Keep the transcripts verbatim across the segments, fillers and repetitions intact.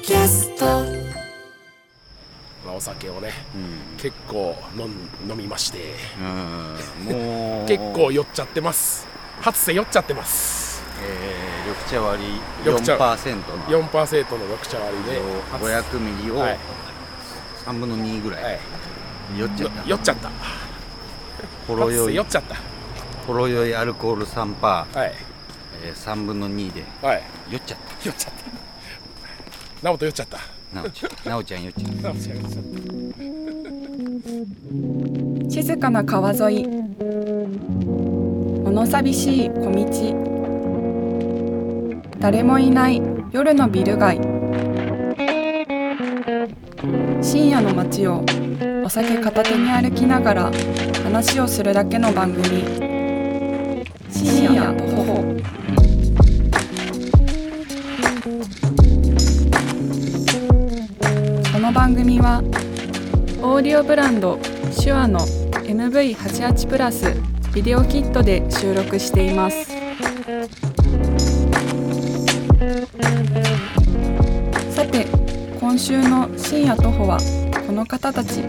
キャスト。 まあ、お酒をね、 うん、 結構飲ん飲みまして、 うん、もう結構酔っちゃってます。初瀬酔っちゃってます。 えー、緑茶割り緑茶よんパーセント のよんパーセント の緑茶割りでごひゃくミリをさんぶんのにぐらい、はい、酔っちゃった酔っちゃったほろ酔い酔っちゃったほろ酔いアルコール さんパーセント、 はいえー、さんぶんのにで、 はい、 酔っちゃった酔っちゃった直人酔っちゃったなおちゃんなおちゃん酔っちゃった直ちゃん酔っちゃった静かな川沿い、物寂しい小道、誰もいない夜のビル街、深夜の街をお酒片手に歩きながら話をするだけの番組、深夜徒歩。この番組はオーディオブランド手話の エムブイはちじゅうはち プラスビデオキットで収録しています。さて、今週の深夜徒歩はこの方たち。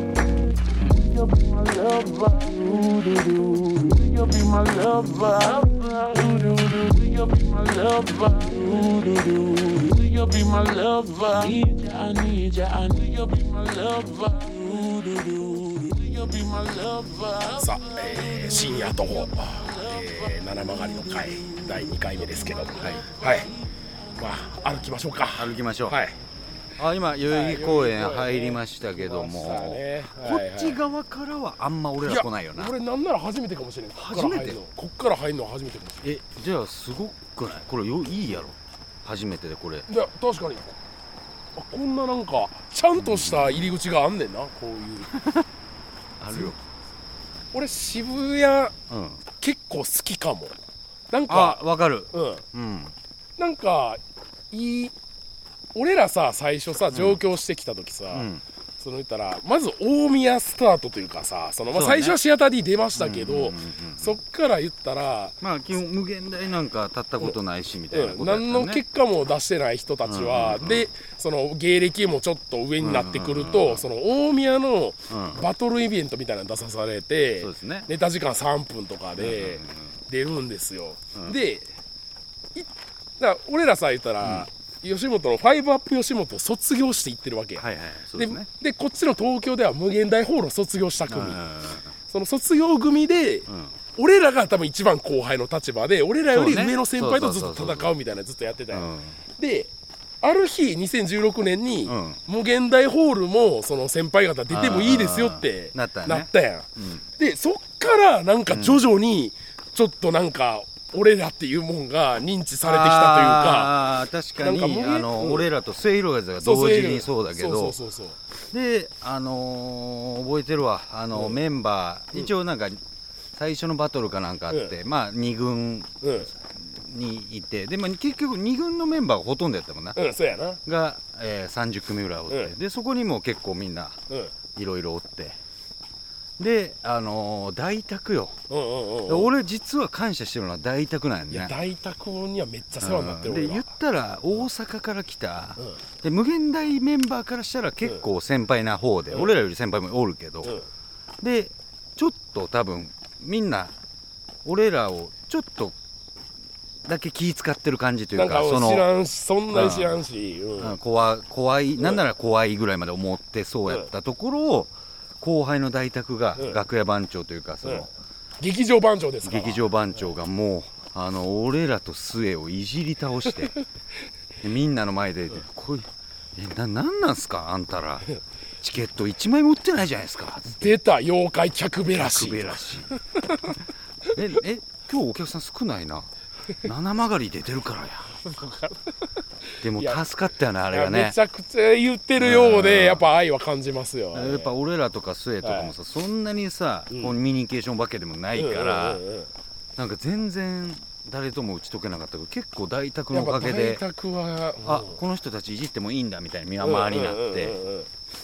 さあ、えー、深夜徒歩、えー、七曲りの会だいにかいめですけど、はい、はい、まあ歩きましょうか。 歩きましょう。 はい。 あ、今代々木公園入りましたけども、 ね、 こっち側からはあんま俺ら来ないよな。 いや、俺なんなら初めてかもしれない。 初めて？ こっから入るのは初めてかもしれない。 え、じゃあすごくない？これよいいやろ。初めてでこれ。 いや、確かに。あ、こんななんかちゃんとした入り口があんねんな、こういうあるよ。 俺渋谷、うん、結構好きかも。なんかあ、わかる。 うん、 うん、 なんかいい。俺らさ、最初さ上京してきた時さ、うん、その言ったらまず大宮スタートというかさ、そのまあ最初はシアター D 出ましたけど、そっから言ったらまあ基本無限大なんか立ったことないしみたいなことやったね、 うん、何の結果も出してない人たちは、うんうんうん、でその芸歴もちょっと上になってくると、うんうんうん、その大宮のバトルイベントみたいなの出さされて、うん、ネタ時間さんぷんとかで出るんですよ、うんうんうん、でだから俺らさ言ったら、うん、吉本のファイブアップ吉本を卒業していってるわけや、はいはい、そうですね、で, でこっちの東京では無限大ホールを卒業した組、その卒業組で、うん、俺らが多分一番後輩の立場で俺らより上の先輩とずっと戦うみたいなずっとやってたよ、うん、である日にせんじゅうろくねんに、うん、無限大ホールもその先輩方出てもいいですよってなったやん、ね、うん、でそっからなんか徐々にちょっとなんか俺らっていうもんが認知されてきたというか、 あ確かにあの、うん、俺らと末広がりが同時にそうだけど、で、あのー、覚えてるわあの、うん、メンバー、うん、一応なんか最初のバトルかなんかあって、うん、まあに軍にいて、で、まあ、結局に軍のメンバーがほとんどやったもんな、 うん、そうやなが、えー、さんじゅっくみぐらいおって、うん、でそこにも結構みんないろいろおって、で、あのー、大宅よ、うんうんうんうん、俺実は感謝してるのは大宅なんやね。 いや大宅にはめっちゃ世話になってる、 うん、で言ったら大阪から来た、うん、で無限大メンバーからしたら結構先輩な方で、うん、俺らより先輩もおるけど、うん、でちょっと多分みんな俺らをちょっとだけ気使ってる感じというか、 なんか知らんしそんなに知らんし、 うん、怖, 怖い、うん、なんなら怖いぐらいまで思ってそうやったところを、後輩の大宅が楽屋番長というか、その、うん、 劇場番長ですから、 劇場番長がもうあの俺らと末をいじり倒してみんなの前で、うん、こうえななんなんすかあんたらチケットいちまいも売ってないじゃないですか。 出た妖怪客べらし客べらしええ今日お客さん少ないな七曲り出てるからやでも助かったよねあれがね。 めちゃくちゃ言ってるようでやっぱ愛は感じますよ。 やっぱ俺らとか末とかもさ、はい、そんなにさ、うん、コミュニケーションわけでもないから、うんうんうんうん、なんか全然誰とも打ち解けなかったけど、結構大宅のおかげで大宅は、うん、 あこの人たちいじってもいいんだみたいな見回りになって、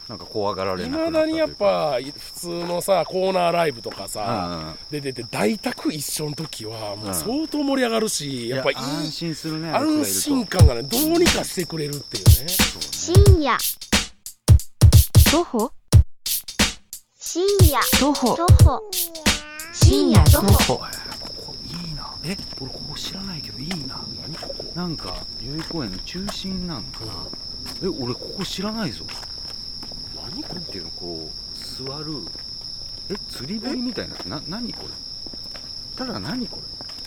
なんか怖がられなくなったいまだにやっぱ普通のさコーナーライブとかさ、うん、で出て大宅一緒の時はもう相当盛り上がるし、うん、やっぱいい安心するね、 安心感がねどうにかしてくれるっていうね。 深夜徒歩深夜徒歩徒歩深夜徒歩。 ここいいな。え、俺ここ知らないけどいいな。何ここ？なんか代々木公園の中心なんかな、うん、え、俺ここ知らないぞ。何これっていうの、こう座る、え、釣り堀みたいな、な、何これ。ただ何こ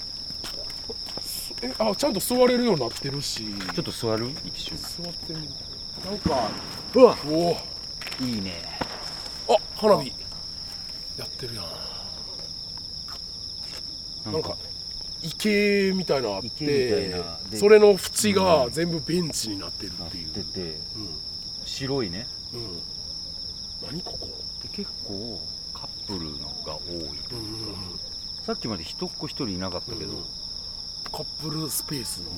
れ。え、あ、ちゃんと座れるようになってるし。 ちょっと座る？一瞬座ってみる。なんかうわ、 おお、いいね。 あ、花火やってるやん。なんか池みたいなのあってそれの縁が全部ベンチになってるっていう、 なってて、うん、白いね、 うん、何ここで結構カップルのが多いというか、うんうんうん、さっきまで一っ子一人いなかったけど、うん、 カップルスペースの、うん、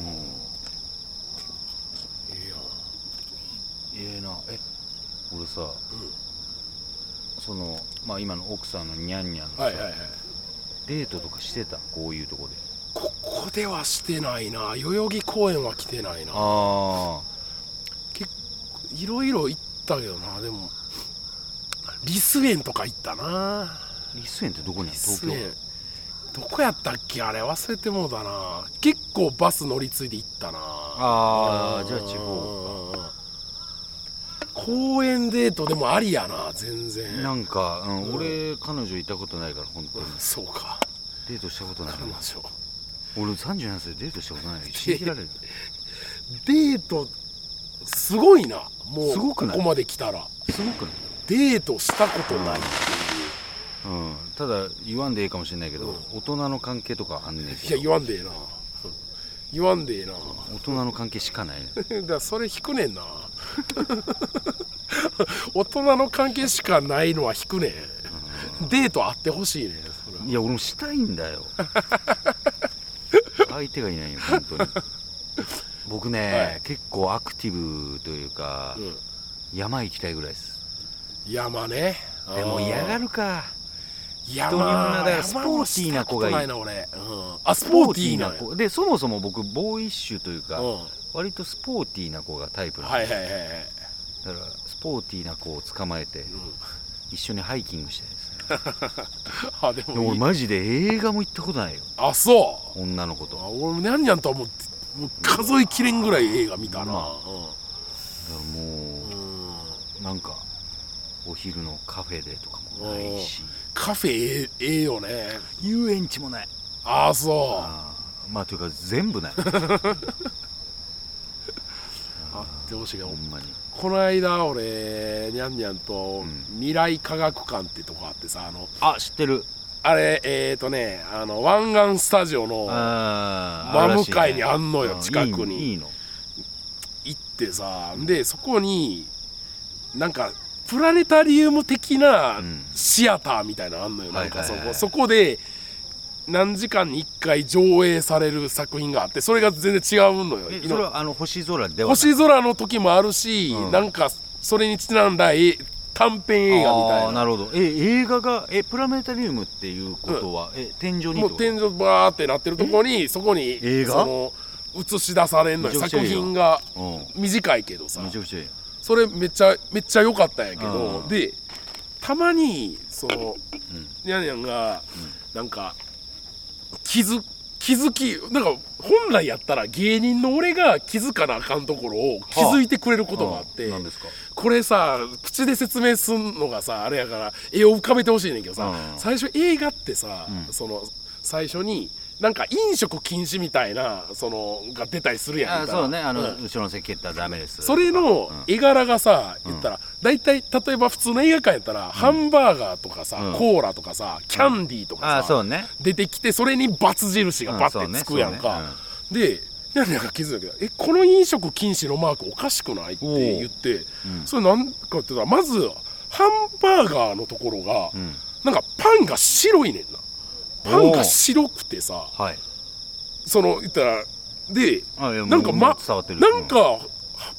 ええやん、 ええな。え、俺さ、うん、そのまあ今の奥さんのニャンニャンのさ、はいはいはい、デートとかしてた？こういうとこで。 ここではしてないな。代々木公園は来てないな。 あ、 結構いろいろ行ったけどな。でもリス園とか行ったな。 リス園ってどこにある？東京？ どこやったっけあれ、忘れてもうだな。結構バス乗り継いで行ったな。 ああ、じゃあ地方か。 公園デートでもありやな。全然なんか、うんうん、俺彼女いたことないから本当に、うん、 そうか。 デートしたことない。 彼女俺さんじゅうななさいでデートしたことない。信じられる？ デートすごいな。もうすごくない？ ここまで来たらすごくない？ デートしたことないっていう、うん、ただ言わんでいいかもしれないけど、うん、大人の関係とかあんねん。いや言わんでええな。言わんでええな。 大人の関係しかないね。 だからそれ引くねんな。大人の関係しかないのは引くねん。デートあってほしいね。 いや俺もしたいんだよ。相手がいないよ本当に。僕ね、はい、結構アクティブというか、うん、山行きたいぐらいです。 山ね。 でも嫌がるか。 山人にもだからスポーティーな子がいい。 ないな俺、うん、あ、スポーティーな子で、そもそも僕ボーイッシュというか、うん、割とスポーティーな子がタイプなんで、 はいはいはいはい、 だからスポーティーな子を捕まえて、うん、一緒にハイキングしたいですね。 あ、でもいい。 俺マジで映画も行ったことないよ。 あ、そう。 女の子と。 あ、俺もニャンニャンとはもう数えきれんぐらい映画見たな、うん、だからもう、うん、なんかお昼のカフェでとかもないし。 カフェええ、ええよね。 遊園地もない。 ああ、そう。 あ、まあというか全部ない。あってほしいよほんまに。 この間俺ニャンニャンと未来科学館ってとこあってさ、あの、 あ、知ってる。 あれ、えーとね、あの湾岸スタジオの真向かいにあんのよ、近くに。 いいの行ってさ、でそこになんかプラネタリウム的なシアターみたいなのあんのよ、うん、なんかそこ、はいはいはい、そこで何時間にいっかい上映される作品があって、それが全然違うのよ。 え、それはあの星空では星空の時もあるし、うん、なんかそれにちなんだ短編映画みたいな。 あ、なるほど。え、映画がえプラネタリウムっていうことは、うん、え天井にもう天井バーってなってるところに、そこに映画その映し出されんのよ、作品が。短いけどさ、 めちゃくちゃいい。 それめっちゃめっちゃ良かったんやけど、でたまにその、うん、ニャンニャンが、うん、なんか気づ気づきなんか本来やったら芸人の俺が気づかなあかんところを気づいてくれることがあって、 はあ、何ですか？ これさ口で説明すんのがさあれやから絵を浮かべてほしいねんけどさ、うん、最初映画ってさ、うん、その最初になんか飲食禁止みたいなそのが出たりするやん。 あ、そうね、あの、うん、後ろの席蹴ったらダメです。 それの絵柄がさ、うん、言ったら大体例えば普通の映画館やったら、うん、ハンバーガーとかさ、うん、コーラとかさキャンディーとかさ、 うん、あ、そうね、 出てきてそれにバツ印がバッてつくやんか、うんねね、でなんか気づいたけど、えこの飲食禁止のマークおかしくないって言って、うん、それなんかって言ったらまずハンバーガーのところが、うん、なんかパンが白いねんな。パンが白くてさ、はい、その言ったらでなんかまなんか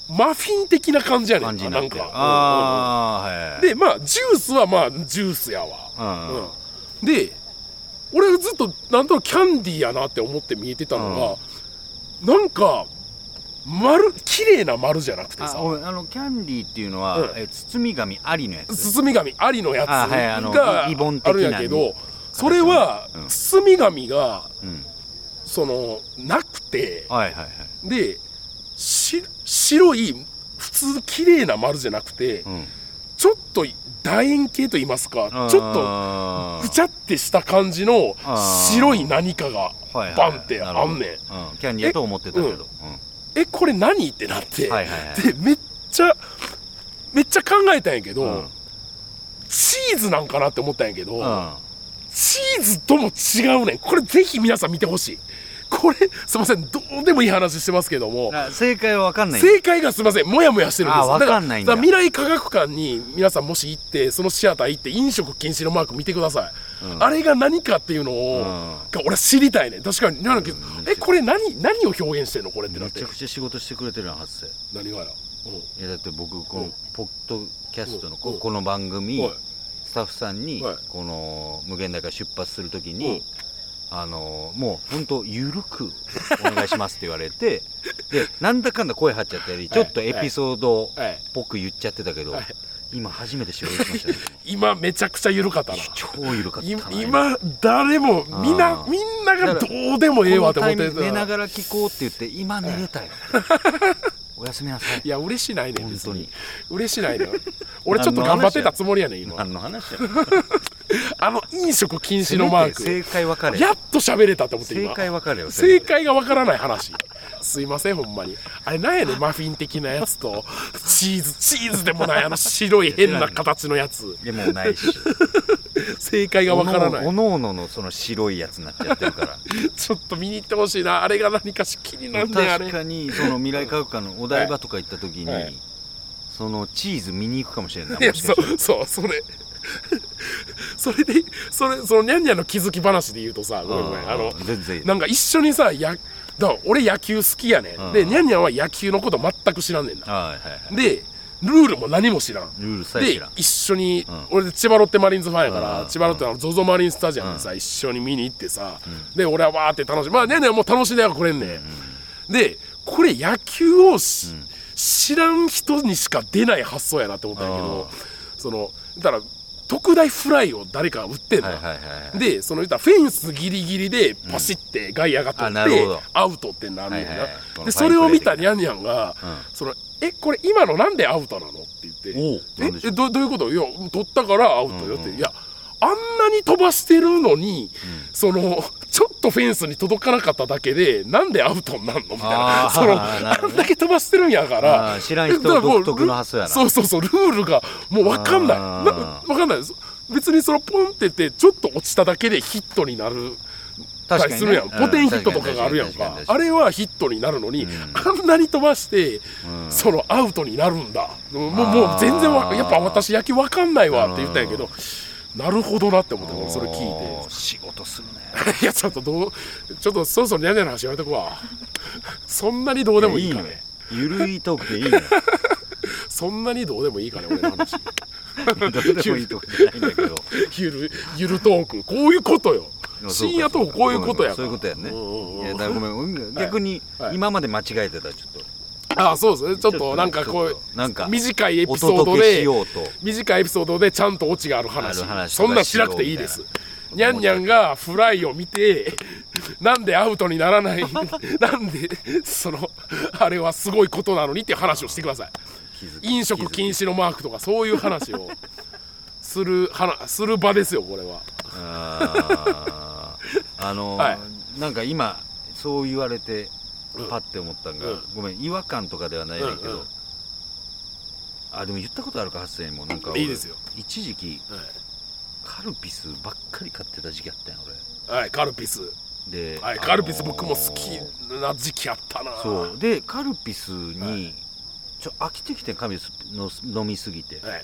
マフィン的な感じやねんな、なんか。ああ、はい。でまあジュースはまあジュースやわ。うん、で俺ずっとなんとなくキャンディーやなって思って見えてたのが、うん、なんか丸綺麗な丸じゃなくてさ、 ああのキャンディーっていうのは、うん、え包み紙ありのやつ、 包み紙ありのやつがあるんやけど、それは、うん、包み紙が、うん、そのなくて、はいはいはい、でし白い普通綺麗な丸じゃなくて、うん、ちょっと楕円形と言いますか、ちょっとぐちゃってした感じの白い何かがバンってあんねん。 キャンディーだと思ってたけど、うん、 えこれ何ってなって、はいはいはい、でめっちゃめっちゃ考えたんやけど、うん、チーズなんかなって思ったんやけど、うん、チーズとも違うねん。これぜひ皆さん見てほしい。これすいませんどうでもいい話してますけども、 正解は分かんない。 正解がすいませんもやもやしてるんです。 あ分かんないんだ。 だから未来科学館に皆さんもし行ってそのシアター行って飲食禁止のマーク見てください、うん、あれが何かっていうのを、うん、が俺は知りたいね。確かになんか、うん、えこれ何何を表現してんのこれってなって。 めちゃくちゃ仕事してくれてるはずで。 何がや、 うん、いやだって僕このポッドキャストの こ, この番組スタッフさんにこの無限大から出発するときにあのー、もう本当ゆるくお願いしますって言われてでなんだかんだ声張っちゃったりちょっとエピソードっぽく言っちゃってたけど、はいはい、今初めて仕事しましたね。 今めちゃくちゃゆるかったな。 超ゆるかったな。 今誰もみんなみんながどうでもええわって思ってた。 寝ながら聞こうって言って今寝れたよおやすみなさい。 いや嬉しないねん。本当に嬉しないの。俺ちょっと頑張ってたつもりやねん今。 何の話やあの飲食禁止のマーク正解分かれやっと喋れたと思って今正解分かれよ。 正解が分からない話すいませんほんまに。あれなんやねんマフィン的なやつとチーズチーズでもないあの白い変な形のやつでもないし正解が分からない。 おのおののその白いやつになっちゃってるからちょっと見に行ってほしいな。あれが何かし気になるね。あれ確かにその未来科学館のお台場とか行った時に、はいはい、そのチーズ見に行くかもしれない。 いやそうそうそれそれでそれそのニャンニャンの気づき話で言うとさ、ごめんごめん、あの全然なんか一緒にさやだから俺野球好きやねん。でニャンニャンは野球のこと全く知らんねんな。はいはいはい、でルールも何も知らん。 ルールさえ知らん。 で一緒に、うん、俺千葉ロッテマリーンズファンやから、うん、千葉ロッテの ゾゾ マリンスタジアムでさ、うん、一緒に見に行ってさ、うん、で俺はわーって楽しい。まあニャンニャンもう楽しんでやくれんねん、うん、でこれ野球を、うん、知らん人にしか出ない発想やなって思ったんやけど、そのだから特大フライを誰かが打ってんの、はいはいはい、でその言ったらフェンスギリギリでパシって外野が取って、うん、アウトってなるんだよな、はいはいはい、でそれを見たニャンニャンが、うん、そのえこれ今のなんでアウトなのって言ってええ ど, どういうこと。いや取ったからアウトよって、うんうん、いやあんなに飛ばしてるのに、うん、そのちょっとフェンスに届かなかっただけでなんでアウトになるのみたいな。その あ,、ね、あんだけ飛ばしてるんやから知らん人独特の発想やな。 そうそうそうルールがもう分かんないな分かんないです。別にそのポンってってちょっと落ちただけでヒットになるたりするやん、ね、ポテンヒットとかがあるやん か, かあれはヒットになるのに、うん、あんなに飛ばして、うん、そのアウトになるんだ。もうもう全然やっぱ私野球分かんないわって言ったんやけど、なるほどなって思ってそれ聞いて仕事するねいやちょっとどうちょっとそろそろニャンニャンの話やめとくわそんなにどうでもいいかね。 ゆるいトークでいいねそんなにどうでもいいかね俺の話どうでもいいトークじゃないんだけどゆるゆるトークこういうことよ。深夜トークこういうことやから。 そういうことやね。いやだからごめん逆に今まで間違えてたちょっと。 ああそうですね。ちょっとなんかこうなんか短いエピソードで短いエピソードでちゃんとオチがある話。そんなんしなくていいです。ニャンニャンがフライを見てなんでアウトにならないなんでそのあれはすごいことなのにっていう話をしてください。飲食禁止のマークとかそういう話をする話する場ですよこれは。 ああのーはい、なんか今そう言われてパッて思ったんが、うん、ごめん違和感とかではないねんけど、うんうん、あでも言ったことあるか発生もなんかいいですよ。 一時期、はい、カルピスばっかり買ってた時期あったんや俺。 はいカルピスで、はい、カルピス僕も好きな時期あったな。 そうでカルピスに、はい、ちょ飽きてきてカルピスの飲みすぎて、はい、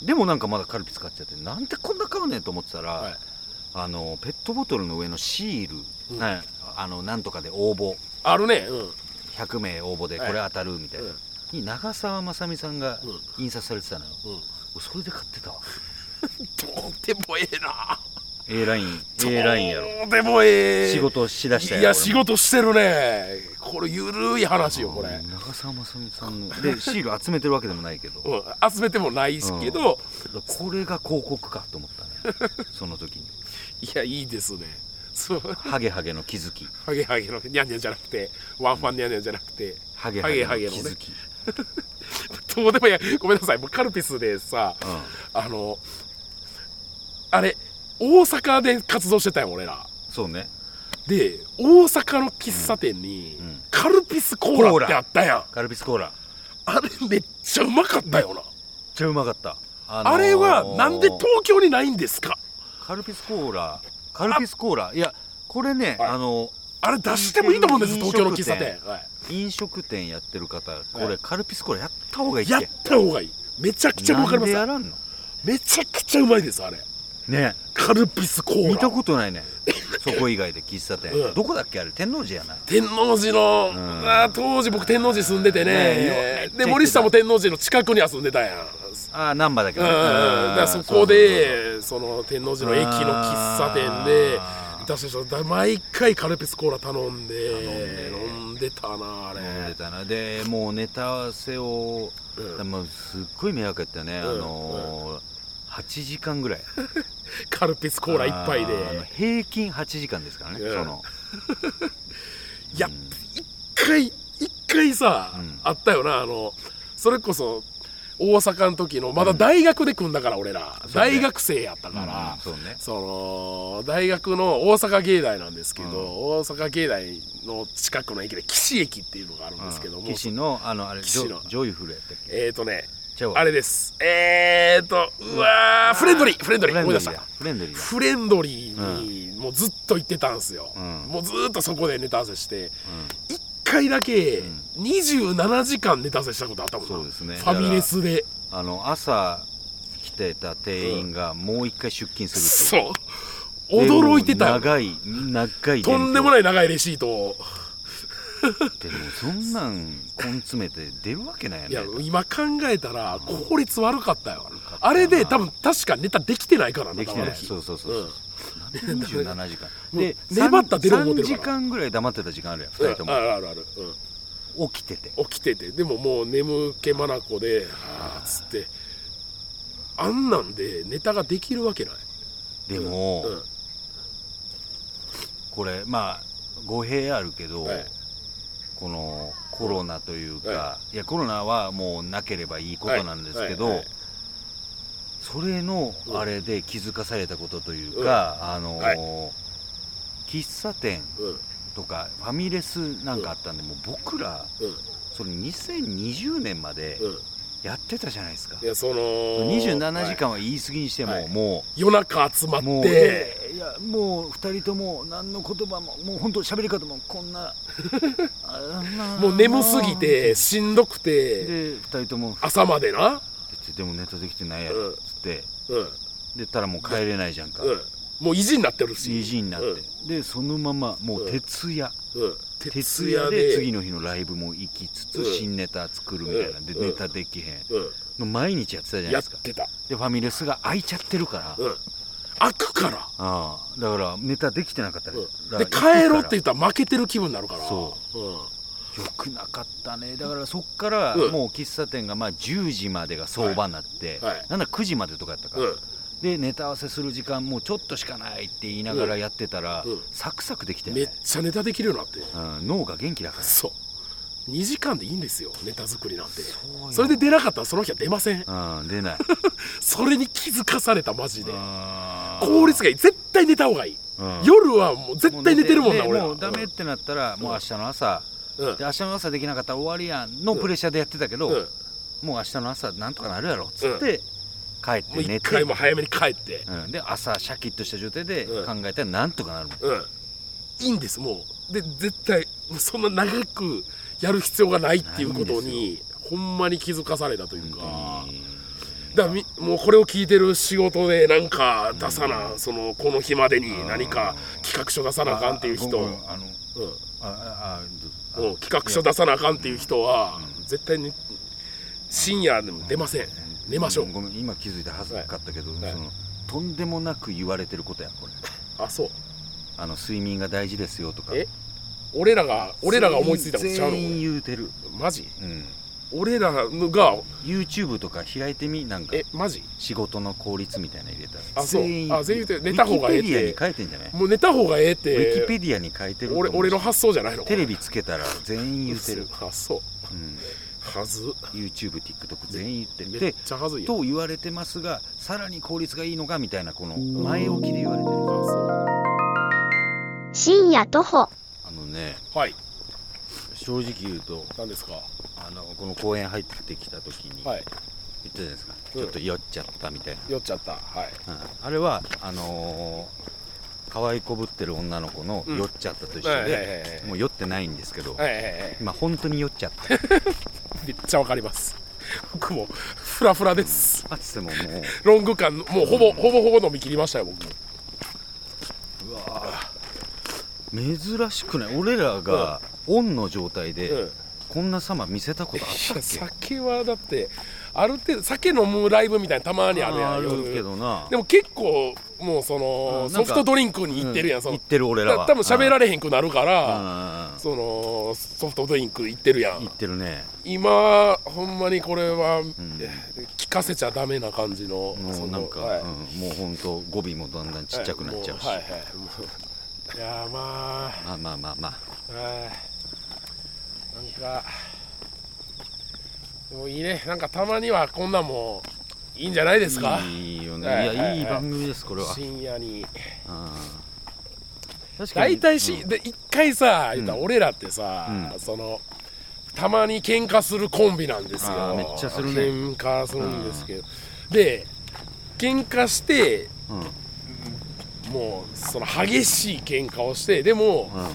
でもなんかまだカルピス買っちゃってなんでこんな買うねんと思ってたら、はい、あのペットボトルの上のシール、うん、なあのなんとかで応募あるね、うん、 ひゃくめい応募でこれ当たるみたいな、はい、 に長澤まさみさんが印刷されてたのよ、 うんうん、 それで買ってたわどうでもええな A ライン A ラインやろ。 どうでもええ仕事しだしたよ。 いや仕事してるねこれゆるい話よこれ。 長澤まさみさんのでシール集めてるわけでもないけど、 うん、集めてもないしけど、 うん、これが広告かと思ったねその時に。 いやいいですね。そうハゲハゲの気づき、 ハゲハゲのニャンニャンじゃなくてワンファンニャンニャンじゃなくてハゲハゲの気づき、 どうでもいい。ごめんなさい。もうカルピスでさ、うん、あのあれ大阪で活動してたよ俺ら。 そうね。 で大阪の喫茶店に、うんうん、カルピスコーラってあったやん。 カルピスコーラあれめっちゃうまかったよな。めっちゃうまかった、 あのー、あれはなんで東京にないんですか。 カルピスコーラカルピスコーラいやこれね、はい、あのあれ出してもいいと思うんです東京の喫茶店、 はい、飲食店やってる方これ、はい、カルピスコーラやった方がいいって。 やった方がいい。めちゃくちゃわかります。 なんでやらんの。 めちゃくちゃうまいですあれね。 カルピスコーラ見たことないねそこ以外で喫茶店、うん、どこだっけあれ。天王寺やな。 天王寺の、うん、あ当時僕天王寺住んでて ね, ねで森下も天王寺の近くには住んでたやん。 ああ難波だけど、 ね、うん、だからそこでその天王寺の駅の喫茶店で私たち毎回カルピスコーラ頼んで飲んでたなあれ。 飲んでたな。でもうネタ合わせを、うん、もうすっごい迷惑やったね、うん、あのーうん、はちじかんぐらいカルピスコーラいっぱいで平均はちじかんですからね、うん、そのいや、うん、一回一回さ、うん、あったよな。あのそれこそ大阪の時のまだ大学で組んだから、うん、俺ら、ね、大学生やったから、 うん、そうね、 その大学の大阪芸大なんですけど、うん、大阪芸大の近くの駅で岸駅っていうのがあるんですけども、 うん、岸のあのあれジョジョイフルやったっけ。 えーとねあれですえーとうわーフレンドリーフレンドリー思い出した。 フレンドリーフレンドリーにもうずっと行ってたんですよ、うん、もうずっとそこでネタ合わせして、うん、いっかいだけにじゅうななじかんネタ合わせしたことあったもんな。 そうですね。 ファミレスであの朝来てた店員がもう一回出勤すると、 うん、そう驚いてたよ。 長い長いとんでもない長いレシートをでもそんなん根詰めて出るわけないよね。 いや今考えたら効率悪かったよ。あれで多分確かネタできてないからな。 できてない。そうそうそう、うん、にじゅうななじかんで粘った出る思ってるからさんじかんぐらい黙ってた時間あるやんふたりとも、 うん、あるあるある、 うん、起きてて起きててでももう眠気まなこではあっつってあんなんでネタができるわけない。 でも、うんうん、これまあ語弊あるけど、はい、このコロナというか、はい、いやコロナはもうなければいいことなんですけど、はいはいはい、それのあれで気づかされたことというか、うん、あのーはい、喫茶店とかファミレスなんかあったんで、うん、もう僕ら、うん、それにせんにじゅうねんまでやってたじゃないですか。 いやそのにじゅうななじかんは言い過ぎにしても、はい、もう夜中集まってもう、 えー、いやもうふたりとも何の言葉ももう本当喋り方もこんなもう眠すぎてしんどくてでふたりとも朝までなでもネタできてないやろっつって、うん、でたらもう帰れないじゃんか、うん、 もう意地になってるし意地になって、うん、でそのままもう徹夜、うん、徹夜で次の日のライブも行きつつ、うん、新ネタ作るみたいなで、うん、ネタできへん、うん、毎日やってたじゃないですか。 やってた。 でファミレスが開いちゃってるから、 うん、開くからああだからネタできてなかったら、うん、 で帰ろうって言ったら負けてる気分になるからそう、うんよくなかったね。だからそっからもう喫茶店がまあじゅうじまでが相場になって、はいはい、なんだくじまでとかやったから、うん、でネタ合わせする時間もうちょっとしかないって言いながらやってたら、うんうん、サクサクできて、ね、 めっちゃネタできるようになって、 うん、脳が元気だから。 そうにじかんでいいんですよネタ作りなんて。 そ, それで出なかったらその日は出ません、 うん、出ないそれに気づかされたマジで効率がいい。絶対寝た方がいい、うん、夜はもう絶対寝てるもんな。俺もうダメってなったら、うん、もう明日の朝うん、で明日の朝できなかったら終わりやんのプレッシャーでやってたけど、うん、もう明日の朝なんとかなるやろっつって、うん、帰って寝てもう一回も早めに帰って、 うん、で朝シャキッとした状態で考えたらなんとかなるもん、 うん、いいんですもう。で絶対そんな長くやる必要がないっていうことにほんまに気づかされたというか、だからもうこれを聞いてる仕事でなんか出さな、うん、そのこの日までに何か企画書出さなあかんっていう人、あの、うん、ああうん、企画書出さなあかんっていう人は、うん、絶対に深夜でも出ません。寝ましょう。 ごめん、今気づいて恥ずかったけど、 はい、 そのとんでもなく言われてることやこれ。 あ、そう。 あの睡眠が大事ですよとか。 え、俺らが俺らが思いついたことちゃうの？ 全員言うてる。 マジ？ うん。 俺らが YouTube とか開いてみ、なんかえマジ仕事の効率みたいな入れたら、 あ、そう、 全員あ、全員言って寝た方がええって。 ウィキペディアに書いてんじゃない？ もう寝た方がええって。 ウィキペディアに書いてる。 俺俺の発想じゃないの？ テレビつけたら全員言ってる。 あ、そう。 うん。 はず。 YouTube、TikTok 全員言ってめっちゃはずいよ。 と言われてますが、さらに効率がいいのかみたいな、この前置きで言われてる。 深夜徒歩。 あのね、 はい。 正直言うと、 何ですか？ あのこの公園入ってきた時に、はい、言ったじゃないですか、うん、ちょっと酔っちゃったみたいな。 酔っちゃった。はい。 うん、あれはあのー、可愛いこぶってる女の子の酔っちゃったと一緒で、もう酔ってないんですけど、はいはいはい、今本当に酔っちゃった。 めっちゃわかります。僕もフラフラです。 あっつってももうロング感もうほぼ、うん、ほぼほぼ飲み切りましたよ僕も。 うわ珍しくない？俺らがオンの状態で、うん、こんな様見せたことあったっけ？ 酒はだってある程度酒飲むライブみたいなたまにあるやん。 あるけどな。 でも結構もうそのソフトドリンクに行ってるやん。 うん、行ってる俺らは多分喋られへんくなるからそのソフトドリンク行ってるやん。 行ってるね。 今ほんまにこれは、うん、聞かせちゃダメな感じの。 もうなんか、はい、うん、もうほんと語尾もだんだんちっちゃくなっちゃうし、はいはいはい、もういやまあまあまあまあまあ、 はい、なんかでもいいね。なんかたまにはこんなんもいいんじゃないですか。 いいよね。はい、いやいい番組ですこれは。 深夜に。 確かに大体し、うん、で一回さ、言ったら俺らってさ、うん、そのたまに喧嘩するコンビなんですよ。 めっちゃするね。 喧嘩するんですけど、で喧嘩して、うん、もうその激しい喧嘩をしてでも。うん、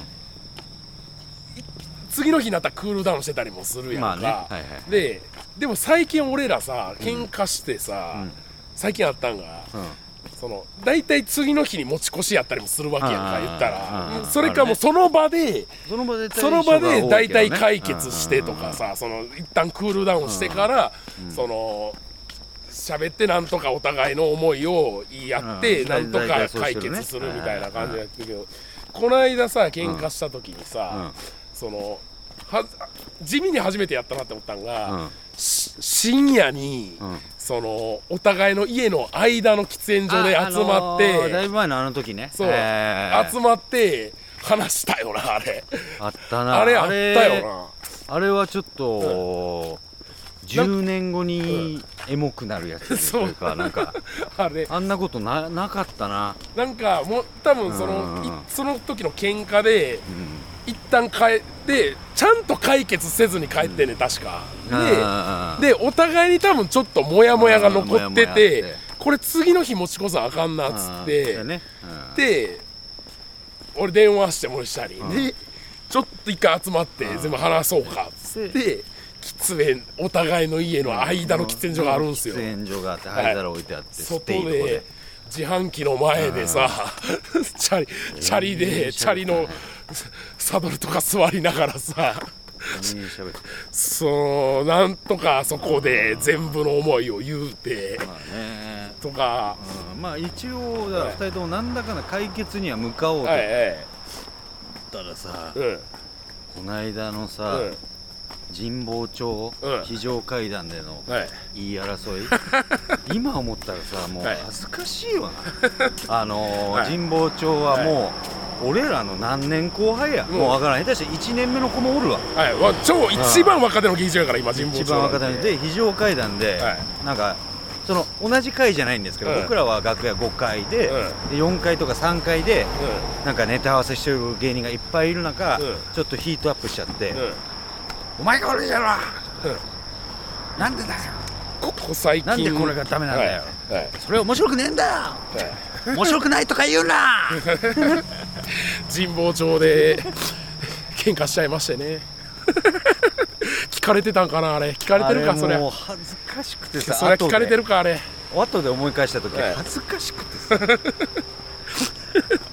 次の日になったらクールダウンしてたりもするやんか、まあね、はいはい、で, でも最近俺らさ喧嘩してさ、うん、最近あったんが、うん、その大体次の日に持ち越しやったりもするわけやんか。言ったらそれかもうその場でその場で大体解決してとかさ、その一旦クールダウンしてから、うん、その喋ってなんとかお互いの思いを言い合ってなんとか解決するみたいな感じでやってるけど、この間さ喧嘩した時にさ、うんうん、そのは地味に初めてやったなって思ったんが、うん、深夜に、うん、そのお互いの家の間の喫煙所で集まって、あ、あのー、 だいぶ前のあの時ね、 そう、えー、集まって話したよな。あれあったな。 あれあったよな。 あれはちょっと、うん、じゅうねんごにエモくなるやつというか、なんかあれあんなこと な, なかったな。 なんかもう多分その、うん、その時の喧嘩で、うん、一旦帰ってちゃんと解決せずに帰ってね、うん、確かで, でお互いに多分ちょっとモヤモヤが残ってて、これ次の日持ち越さあかんなっつって、ね、で俺電話して森下に、でちょっと一回集まって全部話そうかっつって喫煙お互いの家の間の喫煙所があるんですよ。 喫煙所があって灰皿置いてあって、 外で自販機の前でさチャリチャリでチャリのサドルとか座りながらさそうなんとかそこで全部の思いを言うてとか、 まあ一応ふたりともなんだかんだ解決には向かおうとたらさ、この間のさ神保町非常階段での言い争い、今思ったらさもう恥ずかしいわな。あの神保町はもう俺らの何年後輩や、もう分からない。下手していちねんめの子もおるわ。 はい、超一番若手の劇場やから今神保町一番若手で非常階段でなんかその同じ階じゃないんですけど、僕らは楽屋ごかいでよんかいとかさんかいでなんかネタ合わせしてる芸人がいっぱいいる中、ちょっとヒートアップしちゃって、お前が悪いじゃろ、うん、なんでだよ、 ここ最近なんでこれがダメなんだよ、はいはい、それ面白くねえんだよ、はい、面白くないとか言うな神保町で喧嘩しちゃいましてね聞かれてたんかなあれ。聞かれてるか。それもう恥ずかしくてさ、 それは聞かれてるかあれ。 後で思い返した時、はい、恥ずかしくてさ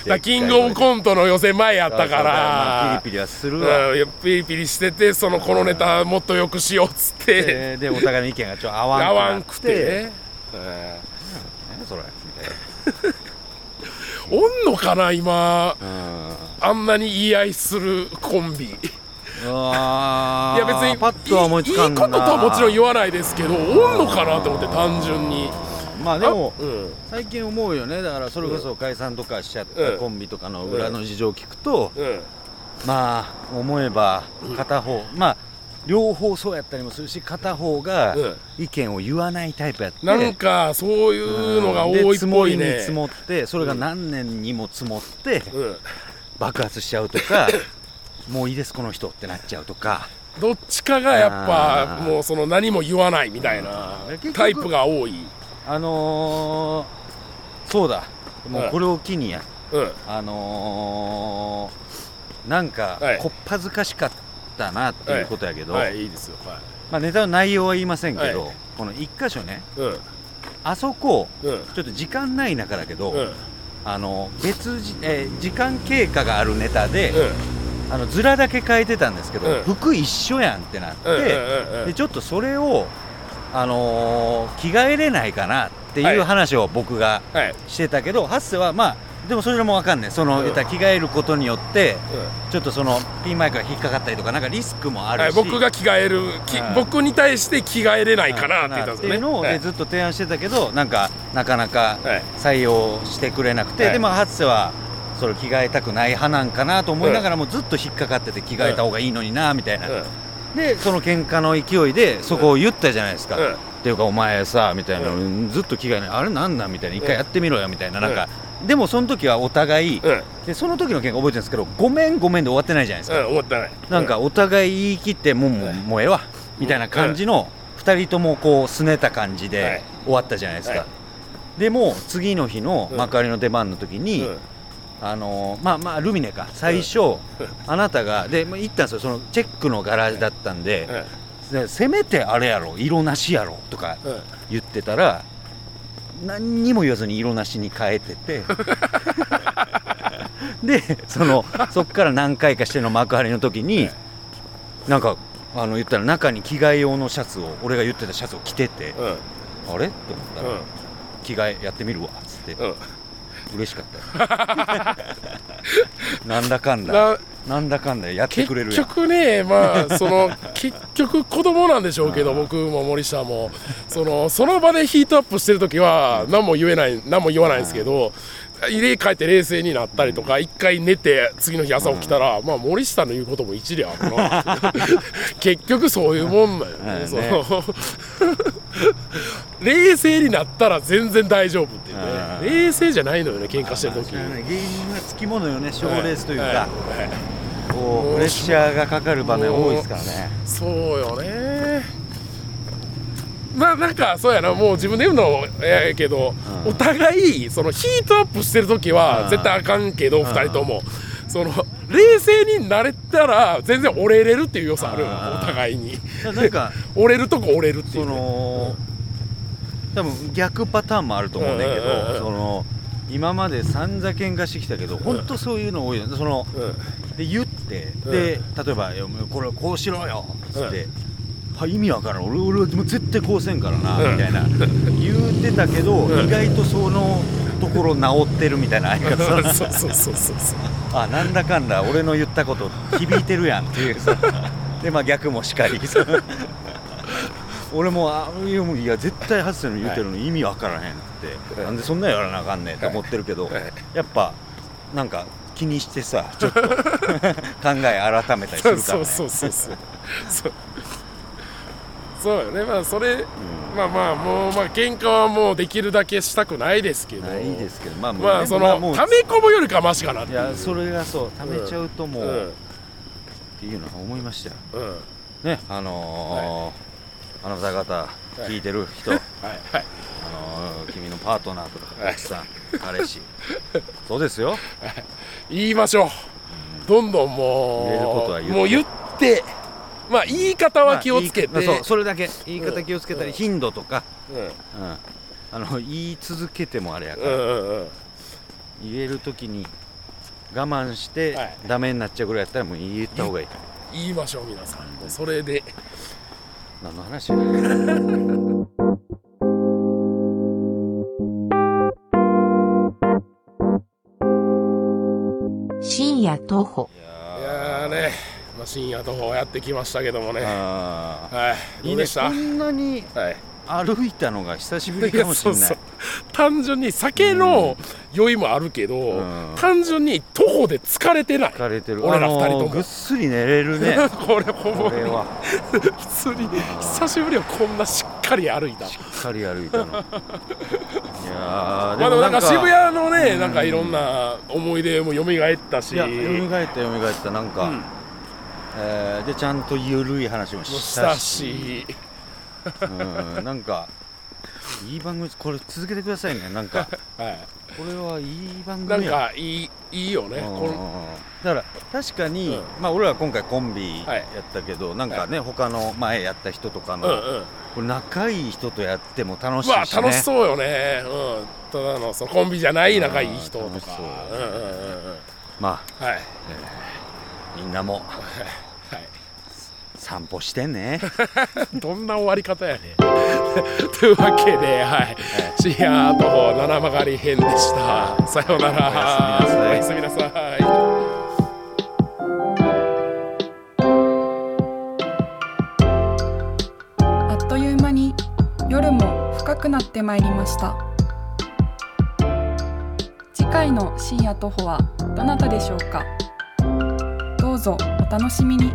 だキングオブコントの予選前やったからまあ、ピリピリはするわ、 うん、ピリピリしててそのこのネタもっとよくしようっつって、 で, でお互いの意見がちょっと合わんくなって合わんくてね、 うん、何それみたいなおんのかな今、うん、あんなに言い合いするコンビ。 あいや別にパッとは思いつかんな。 いいこととはもちろん言わないですけど、おんのかなと思って単純に。 まあでも、うん、最近思うよね。だからそれこそ解散とかしちゃったコンビとかの裏の事情を聞くと、うんうん、まあ思えば片方、うん、まあ両方そうやったりもするし、片方が意見を言わないタイプやって、 なんかそういうのが多いっぽいね、 で積もりに積もってそれが何年にも積もって爆発しちゃうとか、もういいですこの人ってなっちゃうとか、 どっちかがやっぱもうその何も言わないみたいなタイプが多い。 あのー、そうだ、もうこれを機にや、うん、あのー、なんかこっぱずかしかったなっていうことやけど、 はいはい、いいですよ、はい、 まあ、ネタの内容は言いませんけど、はい、この一箇所ね、うん、あそこ、うん、ちょっと時間ない中だけど、うん、あの別じ、えー、時間経過があるネタで、うん、あのズラだけ変えてたんですけど、うん、服一緒やんってなって、うんうんうんうん、でちょっとそれをあのー、着替えれないかなっていう話を僕がしてたけど、はい、ハッセはまあでもそれも分かんない、その、うん、着替えることによって、うん、ちょっとそのピンマイクが引っかかったりとかなんかリスクもあるし、 はい、僕が着替える、はい、僕に対して着替えれないかなって言ったんですね、っていうのを、はい、ずっと提案してたけど、なんかなかなか採用してくれなくて、はい、でもハッセはそれ着替えたくない派なんかなと思いながらもずっと引っかかってて着替えた方がいいのになみたいな、うんうんでその喧嘩の勢いでそこを言ったじゃないですか、うん、っていうかお前さみたいな、うん、ずっと着替えないあれなんなんみたいな一回やってみろよみたいな、うん、なんかでもその時はお互い、うん、でその時の喧嘩覚えてるんですけどごめんごめんで終わってないじゃないですか、 うん、終わってない、 なんかお互い言い切ってもう、うん、もうええわみたいな感じのふたりともこうすねた感じで終わったじゃないですか、はい、でも次の日の幕張の出番の時に、うんあのー、まあまあルミネか最初、うん、あなたがで行ったんですよ、そのチェックの柄だったんで、うん、でせめてあれやろ色なしやろとか言ってたら、うん、何にも言わずに色なしに変えててでそのそっから何回かしての幕張の時になんかあの言ったら中に着替え用のシャツを俺が言ってたシャツを着てて、うん、あれって思ったら、うん、着替えやってみるわっつって、うん嬉しかったなんだかんだな、なんだかんだやってくれるやん。 結局ね、まあその結局子供なんでしょうけど僕も森下もそのその場でヒートアップしてる時は何も言えない何も言わないんですけど、入れ替えて冷静になったりとか一回寝て次の日朝起きたら、まあ森下の言うことも一理あるな結局そういうもんだよね、その冷静になったら全然大丈夫っていうね、冷静じゃないのよね喧嘩してる時、 芸人はつきものよね、賞レースというか、はいはい、こうプレッシャーがかかる場面多いですからね。 そうよね、まあなんかそうやな、もう自分で言うのやけど、うん、お互いそのヒートアップしてる時は絶対あかんけど、うん、ふたりともその冷静になれたら全然折れれるっていう良さあるよな、お互いになんか折れるとこ折れるっていう、ね、 その多分逆パターンもあると思うんだけど、うんうんうん、その今まで散々喧嘩してきたけど、本当そういうの多いよね、その、うん、で言って、うん、で例えばこれこうしろよっつって、うん、は意味わからん、俺俺はもう絶対こうせんからな、うん、みたいな言うてたけど、うん、意外とそのところ治ってるみたいな相方そうそうそうそうそうあなんだかんだ俺の言ったこと響いてるやんっていうさでまあ逆もしかり俺もあいや絶対ハッセの言うてるの意味わからへんって、はい、なんでそんなやらなあかんねんって思ってるけど、はいはい、やっぱなんか気にしてさちょっと考え改めたりするからねそうそうそうそうそうそうよね、まあそれ、うん、まあまあもうまあ喧嘩はもうできるだけしたくないですけど、 ないですけど、まあまあその溜め込むよりかマシかなっていう。 いやそれがそう溜めちゃうともう、うん、っていうのは思いましたよ、うん、ねあのーはいあなた方聞いてる人、はいはいはいあのー、君のパートナーとか奥さん、はい、彼氏そうですよ、はい、 言いましょう、うん、どんどんもう言えることは言ってもう言ってまあ言い方は気をつけて、まあ、 そうそれだけ言い方気をつけたり、うん、頻度とか、うんうん、あの言い続けてもあれやから、うんうんうん、言えるときに我慢してダメになっちゃうぐらいやったらもう言った方がいい。 言いましょう皆さん、もうそれで。 何の話や深夜徒歩。 いやーね、まあ、深夜徒歩やってきましたけどもね。 あ、 はい、どうでした？ いいね、こんなに歩いたのが久しぶりかもしれない。 そうそう、単純に酒の酔いもあるけど、うん、単純に徒歩で疲れてない。 疲れてる。 俺らふたりとも、 あのー、ぐっすり寝れるねこれほんまにこれは普通に久しぶりはこんなしっかり歩いた。 しっかり歩いたのいやーでもなんか渋谷のね、なんかいろんな思い出も蘇ったし。 いや、蘇った蘇ったなんか、うん、えー、でちゃんとゆるい話もしたしうん、なんかいい番組、これ続けてくださいね。なんか、はい、これはいい番組や。 なんかいい、いいよね。 だから確かに、うん、まあ俺ら今回コンビやったけど、はい、なんかね、はい、他の前やった人とかの、うんうん、これ仲いい人とやっても楽しいしね。 まあ楽しそうよね。うん、ただのそのコンビじゃない仲いい人とか。うんうんうんうん、 まあ、はい、えー、みんなも。はい散歩してねどんな終わり方やねというわけで、はい、深夜徒歩七曲り編でした。さようなら。おやすみなさい。 あっという間に夜も深くなってまいりました。次回の深夜徒歩はどなたでしょうか。どうぞお楽しみに。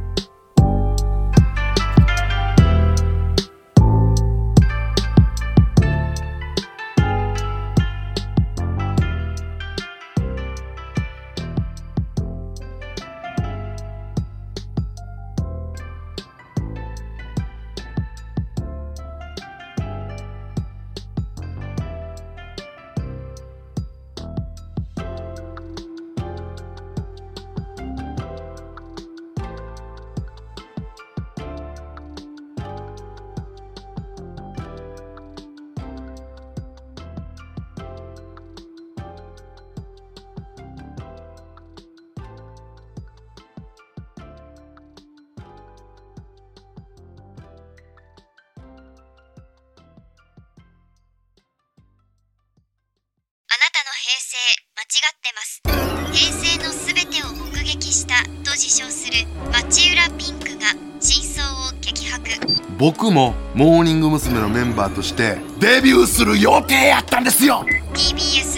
あなたの平成間違ってます。平成のすべてを目撃したと自称する町浦ピンクが真相を激白。 僕もモーニング娘。のメンバーとしてデビューする予定やったんですよ。 ティービーエス